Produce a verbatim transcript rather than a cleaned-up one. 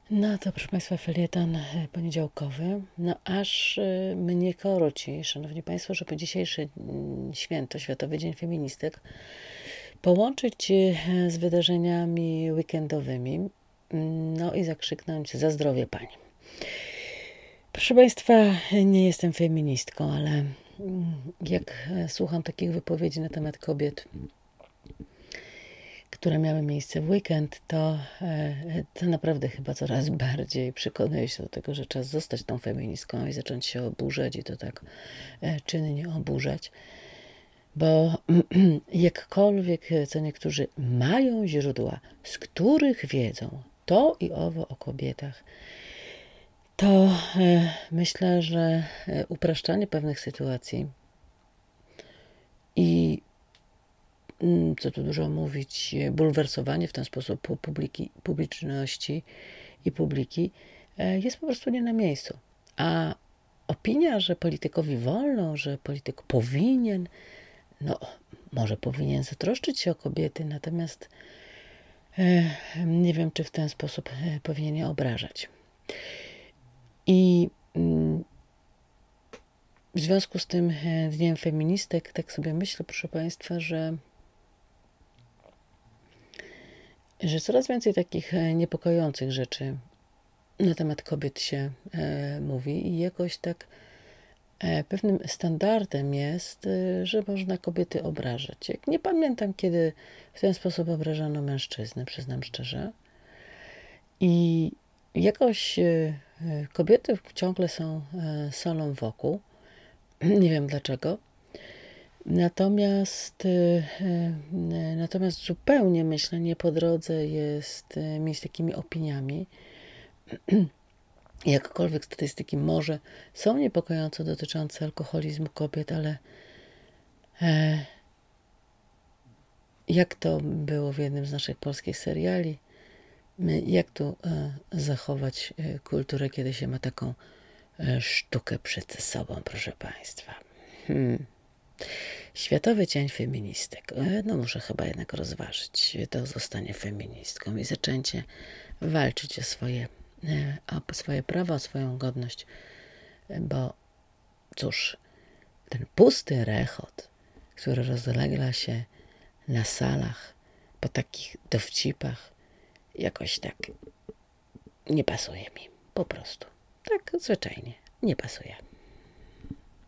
No to, proszę Państwa, felieton e, poniedziałkowy. No aż e, mnie korci, Szanowni Państwo, żeby dzisiejszy mm, święto, Światowy Dzień Feministek, połączyć e, z wydarzeniami weekendowymi, mm, no i zakrzyknąć za zdrowie pań. Proszę Państwa, nie jestem feministką, ale mm, jak e, słucham takich wypowiedzi na temat kobiet, które miały miejsce w weekend, to, e, to naprawdę chyba coraz bardziej przekonuję się do tego, że czas zostać tą feministką i zacząć się oburzać i to tak e, czynnie oburzać. Bo jakkolwiek, e, co niektórzy mają źródła, z których wiedzą to i owo o kobietach, to e, myślę, że e, upraszczanie pewnych sytuacji i mm, co tu dużo mówić, e, bulwersowanie w ten sposób pu- publiki, publiczności i publiki e, jest po prostu nie na miejscu. A opinia, że politykowi wolno, że polityk powinien, no może powinien zatroszczyć się o kobiety, natomiast e, nie wiem, czy w ten sposób e, powinien je obrażać. I mm, w związku z tym e, Dniem Feministek, tak sobie myślę, proszę Państwa, że że coraz więcej takich e, niepokojących rzeczy na temat kobiet się e, mówi i jakoś tak e, pewnym standardem jest, e, że można kobiety obrażać. Jak nie pamiętam, kiedy w ten sposób obrażano mężczyznę, przyznam szczerze. I jakoś e, e, kobiety ciągle są e, solą wokół. Nie wiem dlaczego. Natomiast, e, e, natomiast zupełnie myślę, nie po drodze jest e, mi z takimi opiniami. Jakkolwiek statystyki może są niepokojące dotyczące alkoholizmu kobiet, ale e, jak to było w jednym z naszych polskich seriali, my- jak tu e, zachować e, kulturę, kiedy się ma taką e, sztukę przed sobą, proszę Państwa. Hmm. Światowy Dzień Feministek. E, no muszę chyba jednak rozważyć to zostanie feministką i zaczęcie walczyć o swoje, e, o swoje prawa, o swoją godność, e, bo cóż, ten pusty rechot, który rozlega się na salach po takich dowcipach, jakoś tak nie pasuje mi. Po prostu. Tak zwyczajnie nie pasuje.